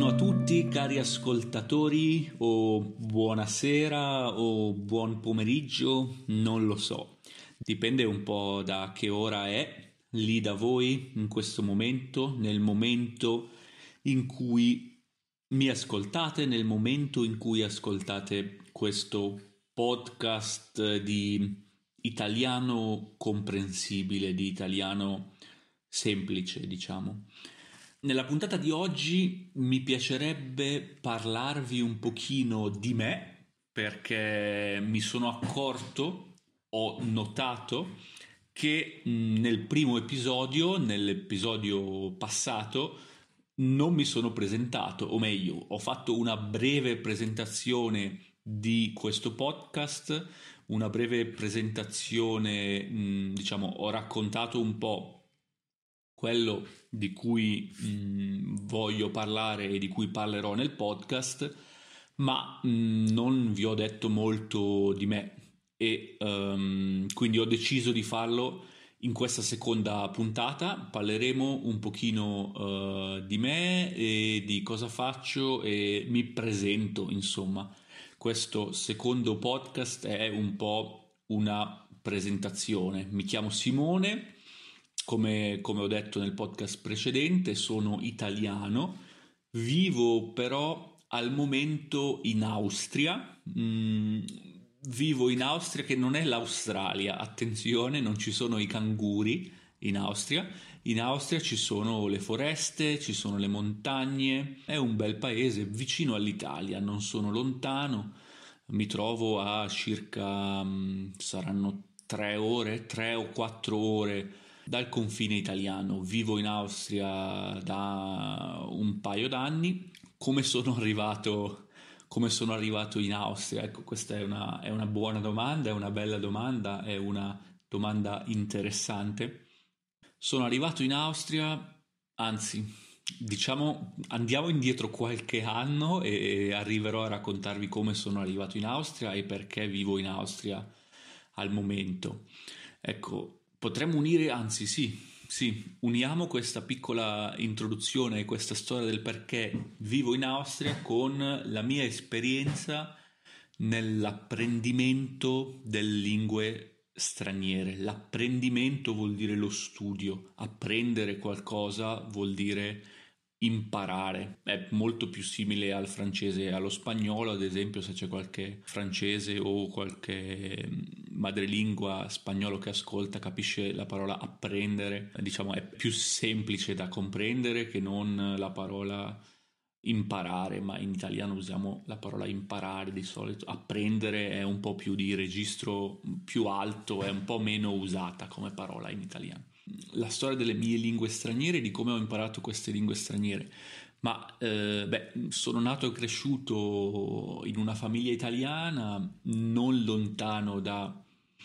Buongiorno a tutti cari ascoltatori, o buonasera o buon pomeriggio, non lo so, dipende un po' da che ora è lì da voi in questo momento, nel momento in cui mi ascoltate, nel momento in cui ascoltate questo podcast di italiano comprensibile, di italiano semplice, diciamo. Nella puntata di oggi mi piacerebbe parlarvi un pochino di me, perché mi sono accorto, ho notato che nell'episodio passato, non mi sono presentato, o meglio, ho fatto una breve presentazione di questo podcast, una breve presentazione, diciamo, ho raccontato un po' quello di cui voglio parlare e di cui parlerò nel podcast, ma non vi ho detto molto di me e quindi ho deciso di farlo in questa seconda puntata. Parleremo un pochino di me e di cosa faccio e mi presento, insomma. Questo secondo podcast è un po' una presentazione. Mi chiamo Simone. Come ho detto nel podcast precedente, sono italiano, vivo però al momento in Austria. Vivo in Austria, che non è l'Australia, attenzione, non ci sono i canguri in Austria. In Austria ci sono le foreste, ci sono le montagne, è un bel paese vicino all'Italia, non sono lontano, mi trovo a circa saranno 3 ore, 3 o 4 ore dal confine italiano. Vivo in Austria da un paio d'anni. Come sono arrivato in Austria? Ecco, questa è una buona domanda, è una bella domanda, è una domanda interessante. Sono arrivato in Austria, anzi, diciamo, andiamo indietro qualche anno e arriverò a raccontarvi come sono arrivato in Austria e perché vivo in Austria al momento. Ecco, potremmo unire, anzi sì, uniamo questa piccola introduzione e questa storia del perché vivo in Austria con la mia esperienza nell'apprendimento delle lingue straniere. L'apprendimento vuol dire lo studio, apprendere qualcosa vuol dire imparare. È molto più simile al francese e allo spagnolo, ad esempio, se c'è qualche francese o qualche madrelingua spagnolo che ascolta, capisce la parola apprendere, diciamo è più semplice da comprendere che non la parola imparare, ma in italiano usiamo la parola imparare di solito. Apprendere è un po' più di registro più alto, è un po' meno usata come parola in italiano. La storia delle mie lingue straniere, di come ho imparato queste lingue straniere. Ma sono nato e cresciuto in una famiglia italiana non lontano da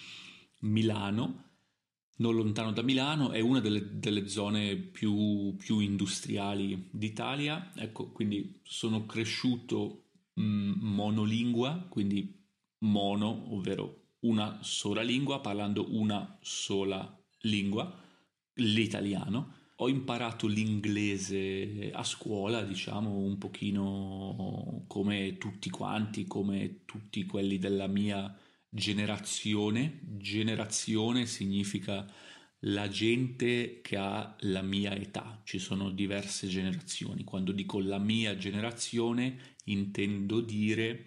Milano. Non lontano da Milano, è una delle zone più industriali d'Italia. Ecco, quindi sono cresciuto monolingua, quindi mono, ovvero una sola lingua, parlando una sola lingua, l'italiano. Ho imparato l'inglese a scuola, diciamo, un pochino come tutti quanti, come tutti quelli della mia generazione. Generazione significa la gente che ha la mia età. Ci sono diverse generazioni. Quando dico la mia generazione intendo dire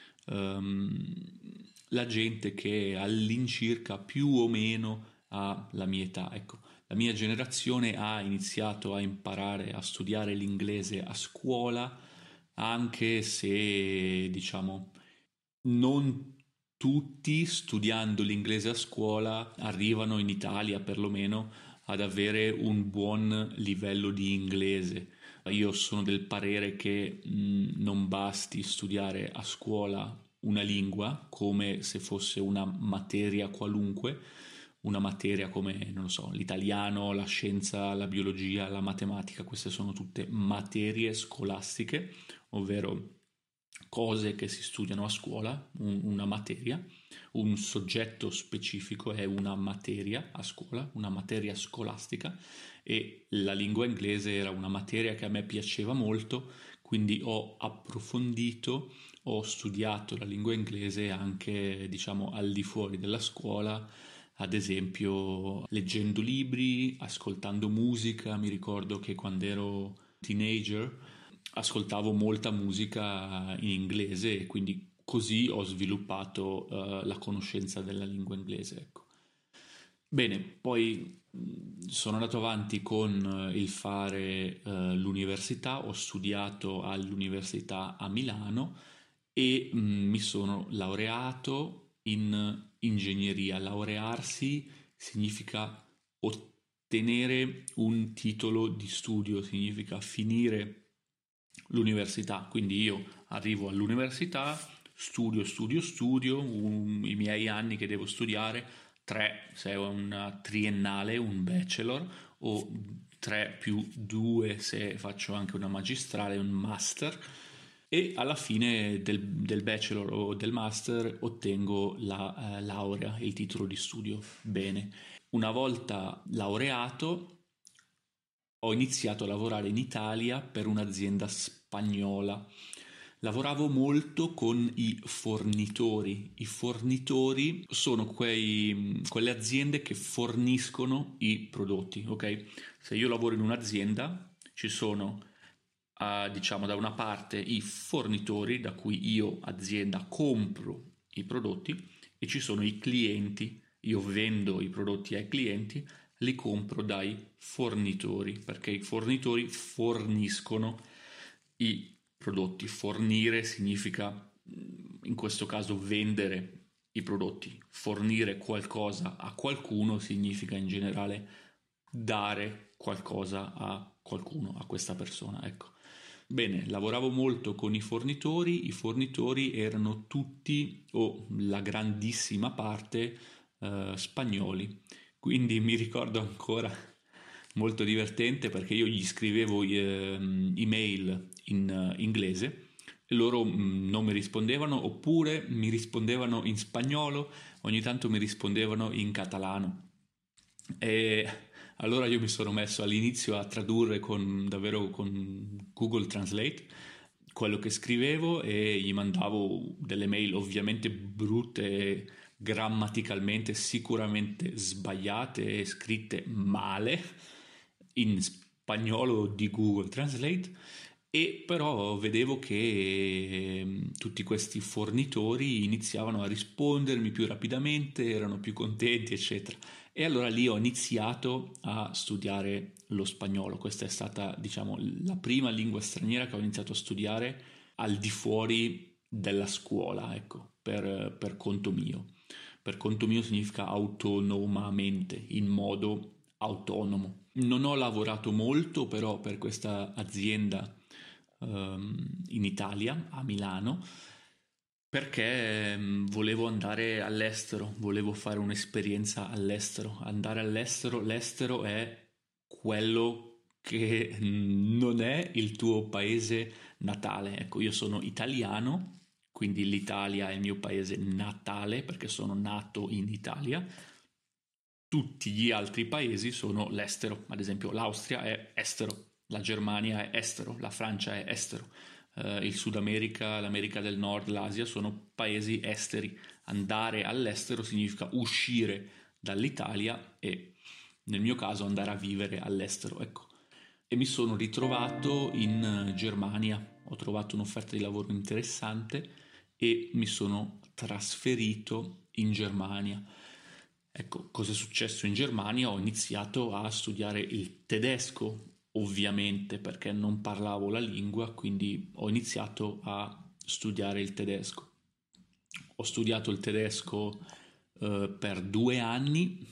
la gente che all'incirca più o meno ha la mia età. Ecco, la mia generazione ha iniziato a imparare a studiare l'inglese a scuola, anche se, diciamo, non tutti studiando l'inglese a scuola arrivano in Italia perlomeno ad avere un buon livello di inglese. Io sono del parere che non basti studiare a scuola una lingua come se fosse una materia qualunque, una materia come, non lo so, l'italiano, la scienza, la biologia, la matematica. Queste sono tutte materie scolastiche, ovvero cose che si studiano a scuola, una materia. Un soggetto specifico è una materia a scuola, una materia scolastica, e la lingua inglese era una materia che a me piaceva molto, quindi ho approfondito, ho studiato la lingua inglese anche, diciamo, al di fuori della scuola, ad esempio leggendo libri, ascoltando musica. Mi ricordo che quando ero teenager ascoltavo molta musica in inglese e quindi così ho sviluppato la conoscenza della lingua inglese, ecco. Bene, poi sono andato avanti con il fare l'università, ho studiato all'università a Milano e mi sono laureato in ingegneria. Laurearsi significa ottenere un titolo di studio, significa finire l'università. Quindi io arrivo all'università, studio, i miei anni che devo studiare, 3 se è una triennale, un bachelor, o 3 più 2 se faccio anche una magistrale, un master, e alla fine del bachelor o del master ottengo la laurea, il titolo di studio. Bene, una volta laureato ho iniziato a lavorare in Italia per un'azienda spagnola. Lavoravo molto con i fornitori. I fornitori sono quelle aziende che forniscono i prodotti, ok? Se io lavoro in un'azienda, ci sono, diciamo, da una parte i fornitori da cui io, azienda, compro i prodotti e ci sono i clienti. Io vendo i prodotti ai clienti, li compro dai fornitori, perché i fornitori forniscono i prodotti. Fornire significa, in questo caso, vendere i prodotti. Fornire qualcosa a qualcuno significa in generale dare qualcosa a qualcuno, a questa persona, ecco. Bene, lavoravo molto con i fornitori erano tutti o la grandissima parte spagnoli, quindi mi ricordo ancora molto divertente perché io gli scrivevo email in inglese e loro non mi rispondevano oppure mi rispondevano in spagnolo, ogni tanto mi rispondevano in catalano. E allora io mi sono messo all'inizio a tradurre davvero con Google Translate quello che scrivevo e gli mandavo delle mail ovviamente brutte, grammaticalmente sicuramente sbagliate, scritte male in spagnolo di Google Translate, e però vedevo che tutti questi fornitori iniziavano a rispondermi più rapidamente, erano più contenti, eccetera. E allora lì ho iniziato a studiare lo spagnolo. Questa è stata, diciamo, la prima lingua straniera che ho iniziato a studiare al di fuori della scuola, ecco, per conto mio. Per conto mio significa autonomamente, in modo autonomo. Non ho lavorato molto però per questa azienda in Italia, a Milano, perché volevo andare all'estero, volevo fare un'esperienza all'estero. Andare all'estero, l'estero è quello che non è il tuo paese natale. Ecco, io sono italiano, quindi l'Italia è il mio paese natale perché sono nato in Italia. Tutti gli altri paesi sono l'estero, ad esempio l'Austria è estero, la Germania è estero, la Francia è estero, il Sud America, l'America del Nord, l'Asia sono paesi esteri. Andare all'estero significa uscire dall'Italia e nel mio caso andare a vivere all'estero, ecco. E mi sono ritrovato in Germania, ho trovato un'offerta di lavoro interessante e mi sono trasferito in Germania. Ecco, cosa è successo in Germania? Ho iniziato a studiare il tedesco, ovviamente perché non parlavo la lingua, quindi ho iniziato a studiare il tedesco. Ho studiato il tedesco per 2 anni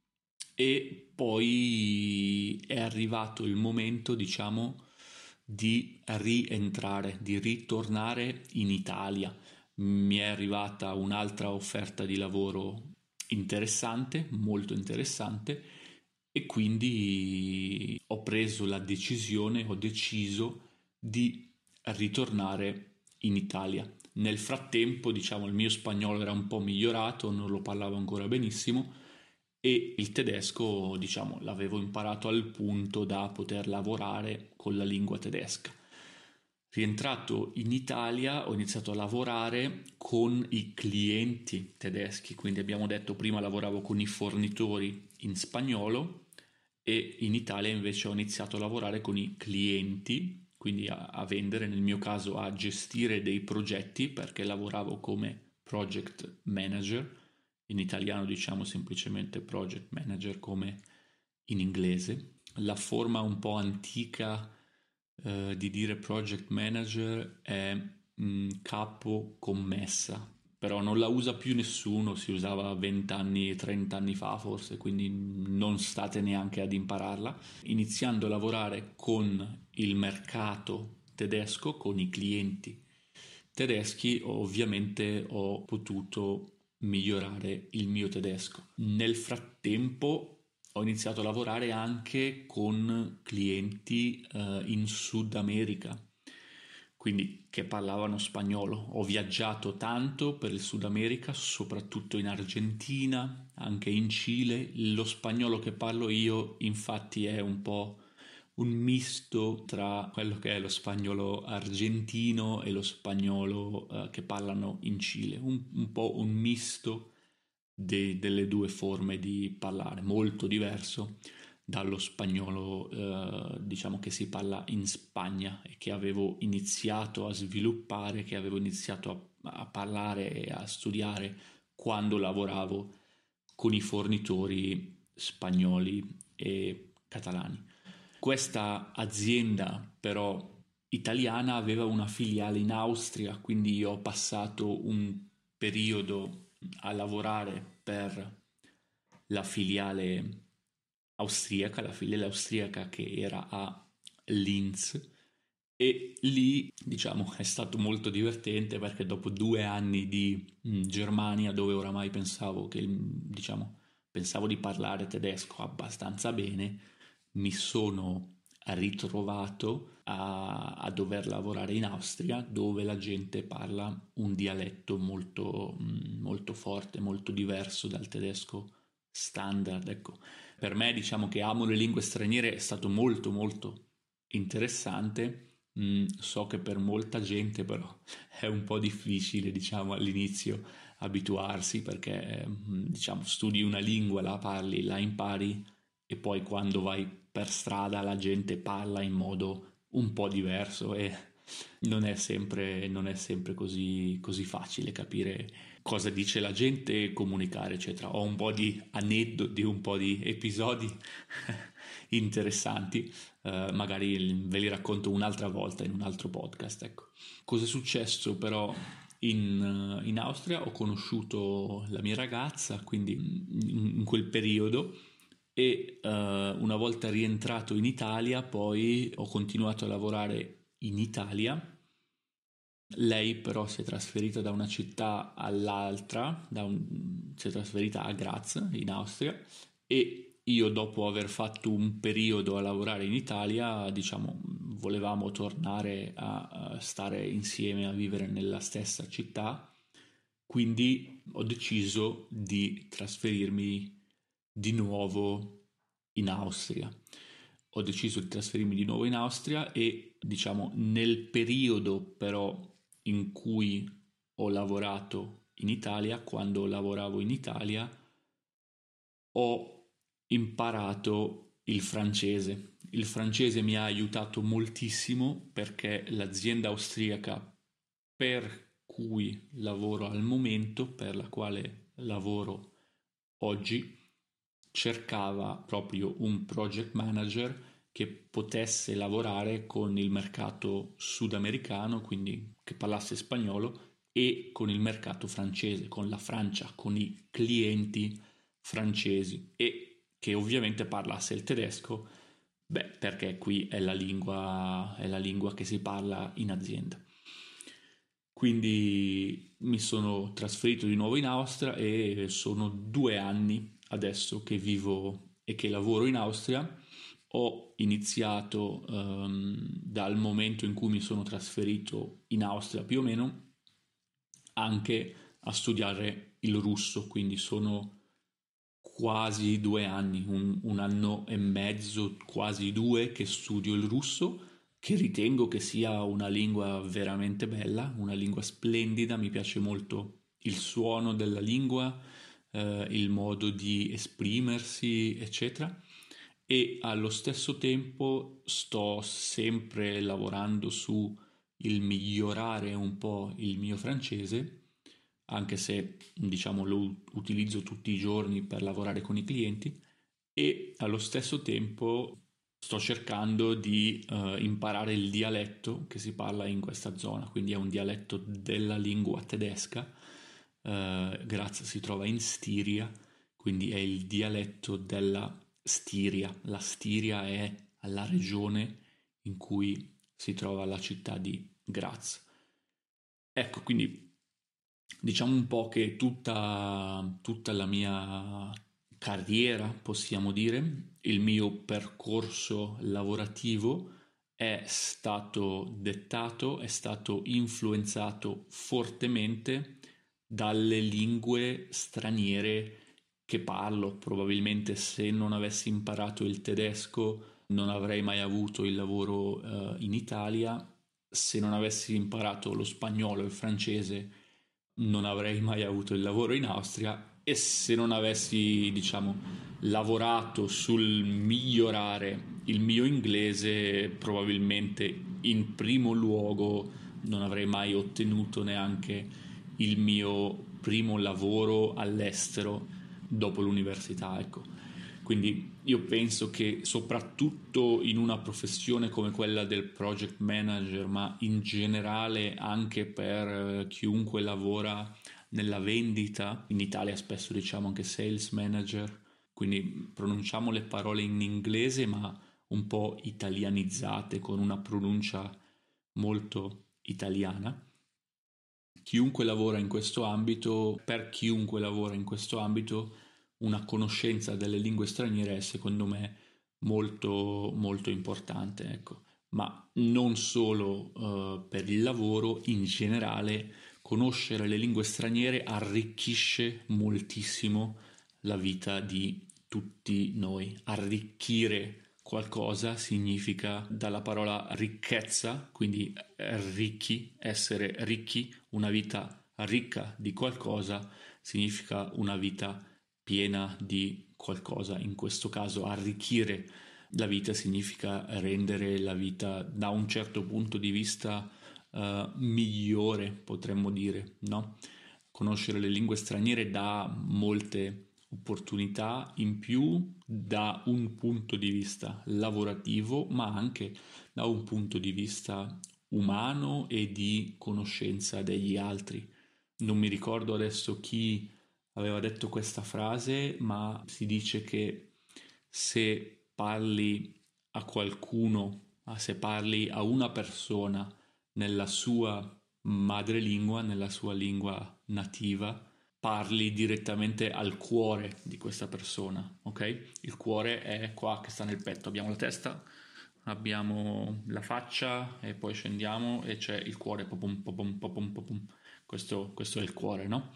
e poi è arrivato il momento, diciamo, di rientrare, di ritornare in Italia. Mi è arrivata un'altra offerta di lavoro interessante, molto interessante, e quindi ho preso la decisione, ho deciso di ritornare in Italia. Nel frattempo, diciamo, il mio spagnolo era un po' migliorato, non lo parlavo ancora benissimo e il tedesco, diciamo, l'avevo imparato al punto da poter lavorare con la lingua tedesca. Rientrato in Italia ho iniziato a lavorare con i clienti tedeschi, quindi abbiamo detto prima lavoravo con i fornitori in spagnolo e in Italia invece ho iniziato a lavorare con i clienti, quindi a vendere, nel mio caso a gestire dei progetti perché lavoravo come project manager, in italiano diciamo semplicemente project manager come in inglese. La forma un po' antica di dire project manager è capo commessa, però non la usa più nessuno, si usava 20 anni, 30 anni fa forse, quindi non state neanche ad impararla. Iniziando a lavorare con il mercato tedesco, con i clienti tedeschi, ovviamente ho potuto migliorare il mio tedesco. Nel frattempo ho iniziato a lavorare anche con clienti in Sud America, quindi che parlavano spagnolo. Ho viaggiato tanto per il Sud America, soprattutto in Argentina, anche in Cile. Lo spagnolo che parlo io, infatti, è un po' un misto tra quello che è lo spagnolo argentino e lo spagnolo che parlano in Cile, un po' un misto delle due forme di parlare, molto diverso dallo spagnolo diciamo che si parla in Spagna e che avevo iniziato a sviluppare, che avevo iniziato a parlare e a studiare quando lavoravo con i fornitori spagnoli e catalani. Questa azienda però italiana aveva una filiale in Austria, quindi io ho passato un periodo a lavorare per la filiale la filiale austriaca che era a Linz e lì diciamo è stato molto divertente perché dopo 2 anni di Germania dove oramai pensavo che diciamo pensavo di parlare tedesco abbastanza bene, mi sono ritrovato a dover lavorare in Austria dove la gente parla un dialetto molto forte, molto diverso dal tedesco standard. Ecco, per me diciamo che amo le lingue straniere è stato molto interessante. So che per molta gente però è un po' difficile diciamo all'inizio abituarsi perché diciamo studi una lingua, la parli, la impari e poi quando vai per strada la gente parla in modo un po' diverso e non è sempre così facile capire cosa dice la gente e comunicare, eccetera. Ho un po' di aneddoti, un po' di episodi interessanti, magari ve li racconto un'altra volta in un altro podcast. Ecco. Cosa è successo però in Austria? Ho conosciuto la mia ragazza, quindi in quel periodo e una volta rientrato in Italia poi ho continuato a lavorare in Italia. Lei però si è trasferita da una città all'altra, si è trasferita a Graz in Austria e io dopo aver fatto un periodo a lavorare in Italia, diciamo, volevamo tornare a stare insieme, a vivere nella stessa città, quindi ho deciso di trasferirmi di nuovo in Austria. Ho deciso di trasferirmi di nuovo in Austria e, diciamo, nel periodo però in cui ho lavorato in Italia, quando lavoravo in Italia, ho imparato il francese. Il francese mi ha aiutato moltissimo perché l'azienda austriaca per cui lavoro al momento, per la quale lavoro oggi, cercava proprio un project manager che potesse lavorare con il mercato sudamericano, quindi che parlasse spagnolo, e con il mercato francese, con la Francia, con i clienti francesi e che ovviamente parlasse il tedesco, perché qui è la lingua che si parla in azienda. Quindi mi sono trasferito di nuovo in Austria e sono 2 anni adesso che vivo e che lavoro in Austria. Ho iniziato dal momento in cui mi sono trasferito in Austria più o meno anche a studiare il russo, quindi sono quasi 2 anni, un anno e mezzo, quasi 2 che studio il russo che ritengo che sia una lingua veramente bella, una lingua splendida, mi piace molto il suono della lingua, il modo di esprimersi, eccetera. E allo stesso tempo sto sempre lavorando su il migliorare un po' il mio francese, anche se diciamo lo utilizzo tutti i giorni per lavorare con i clienti e allo stesso tempo sto cercando di imparare il dialetto che si parla in questa zona, quindi è un dialetto della lingua tedesca. Graz si trova in Stiria, quindi è il dialetto della Stiria. La Stiria è la regione in cui si trova la città di Graz. Ecco, quindi diciamo un po' che tutta la mia carriera, possiamo dire, il mio percorso lavorativo è stato dettato, è stato influenzato fortemente dalle lingue straniere che parlo. Probabilmente se non avessi imparato il tedesco non avrei mai avuto il lavoro in Italia, se non avessi imparato lo spagnolo e il francese non avrei mai avuto il lavoro in Austria e se non avessi, diciamo, lavorato sul migliorare il mio inglese, probabilmente in primo luogo non avrei mai ottenuto neanche il mio primo lavoro all'estero dopo l'università, ecco. Quindi io penso che soprattutto in una professione come quella del project manager, ma in generale anche per chiunque lavora nella vendita, in Italia spesso diciamo anche sales manager, quindi pronunciamo le parole in inglese ma un po' italianizzate con una pronuncia molto italiana. Chiunque lavora in questo ambito, per chiunque lavora in questo ambito, una conoscenza delle lingue straniere è secondo me molto molto importante, ecco. Ma non solo per il lavoro, in generale conoscere le lingue straniere arricchisce moltissimo la vita di tutti noi. Arricchire qualcosa significa dalla parola ricchezza, quindi ricchi, essere ricchi, una vita ricca di qualcosa significa una vita piena di qualcosa. In questo caso arricchire la vita significa rendere la vita da un certo punto di vista migliore, potremmo dire, no? Conoscere le lingue straniere dà molte opportunità in più da un punto di vista lavorativo, ma anche da un punto di vista umano e di conoscenza degli altri. Non mi ricordo adesso chi aveva detto questa frase, ma si dice che se parli a qualcuno, se parli a una persona nella sua madrelingua, nella sua lingua nativa, parli direttamente al cuore di questa persona, ok? Il cuore è qua che sta nel petto, abbiamo la testa, abbiamo la faccia e poi scendiamo e c'è il cuore, popum, popum, popum, popum. Questo è il cuore, no?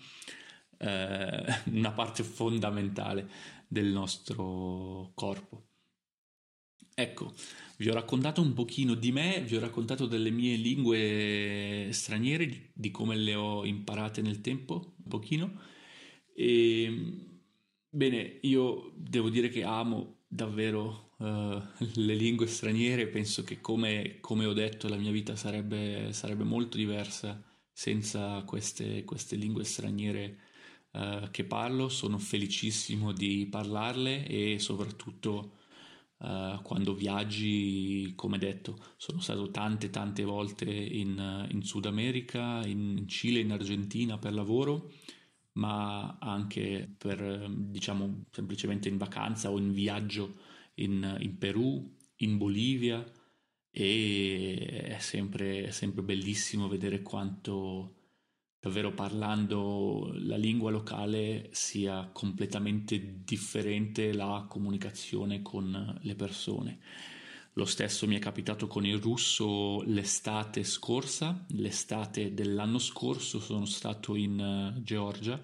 Una parte fondamentale del nostro corpo. Ecco, vi ho raccontato un pochino di me, vi ho raccontato delle mie lingue straniere, di come le ho imparate nel tempo, un pochino. E, bene, io devo dire che amo davvero le lingue straniere, penso che come ho detto la mia vita sarebbe molto diversa senza queste lingue straniere che parlo. Sono felicissimo di parlarle e soprattutto quando viaggi, come detto, sono stato tante volte in Sud America, in Cile, in Argentina per lavoro, ma anche per, diciamo, semplicemente in vacanza o in viaggio in Perù, in Bolivia e è sempre bellissimo vedere quanto davvero parlando la lingua locale sia completamente differente la comunicazione con le persone. Lo stesso mi è capitato con il russo l'estate scorsa, l'estate dell'anno scorso sono stato in Georgia,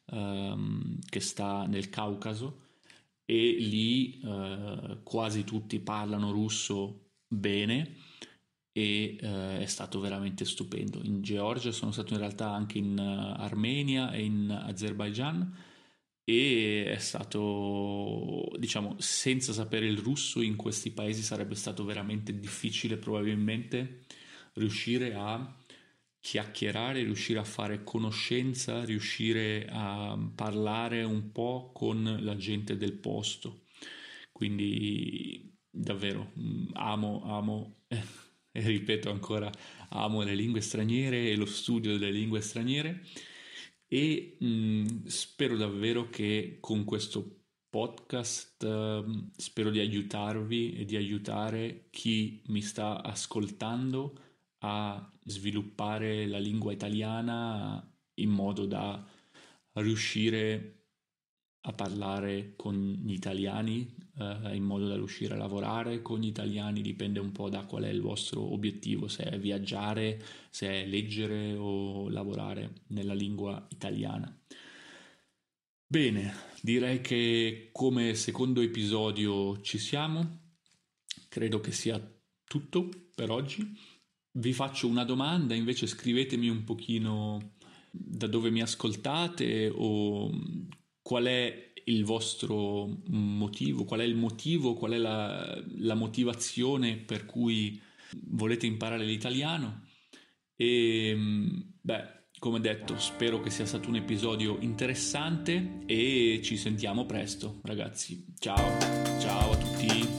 che sta nel Caucaso, e lì quasi tutti parlano russo bene e è stato veramente stupendo. In Georgia sono stato in realtà anche in Armenia e in Azerbaijan e è stato, diciamo, senza sapere il russo in questi paesi sarebbe stato veramente difficile probabilmente riuscire a chiacchierare, riuscire a fare conoscenza, riuscire a parlare un po' con la gente del posto. Quindi davvero amo e ripeto ancora, amo le lingue straniere e lo studio delle lingue straniere e spero davvero che con questo podcast spero di aiutarvi e di aiutare chi mi sta ascoltando a sviluppare la lingua italiana in modo da riuscire a parlare con gli italiani, in modo da riuscire a lavorare con gli italiani, dipende un po' da qual è il vostro obiettivo, se è viaggiare, se è leggere o lavorare nella lingua italiana. Bene, direi che come secondo episodio ci siamo, credo che sia tutto per oggi. Vi faccio una domanda, invece scrivetemi un pochino da dove mi ascoltate o qual è il vostro motivo, qual è il motivo, qual è la motivazione per cui volete imparare l'italiano e beh, come detto, spero che sia stato un episodio interessante e ci sentiamo presto, ragazzi. Ciao, ciao a tutti.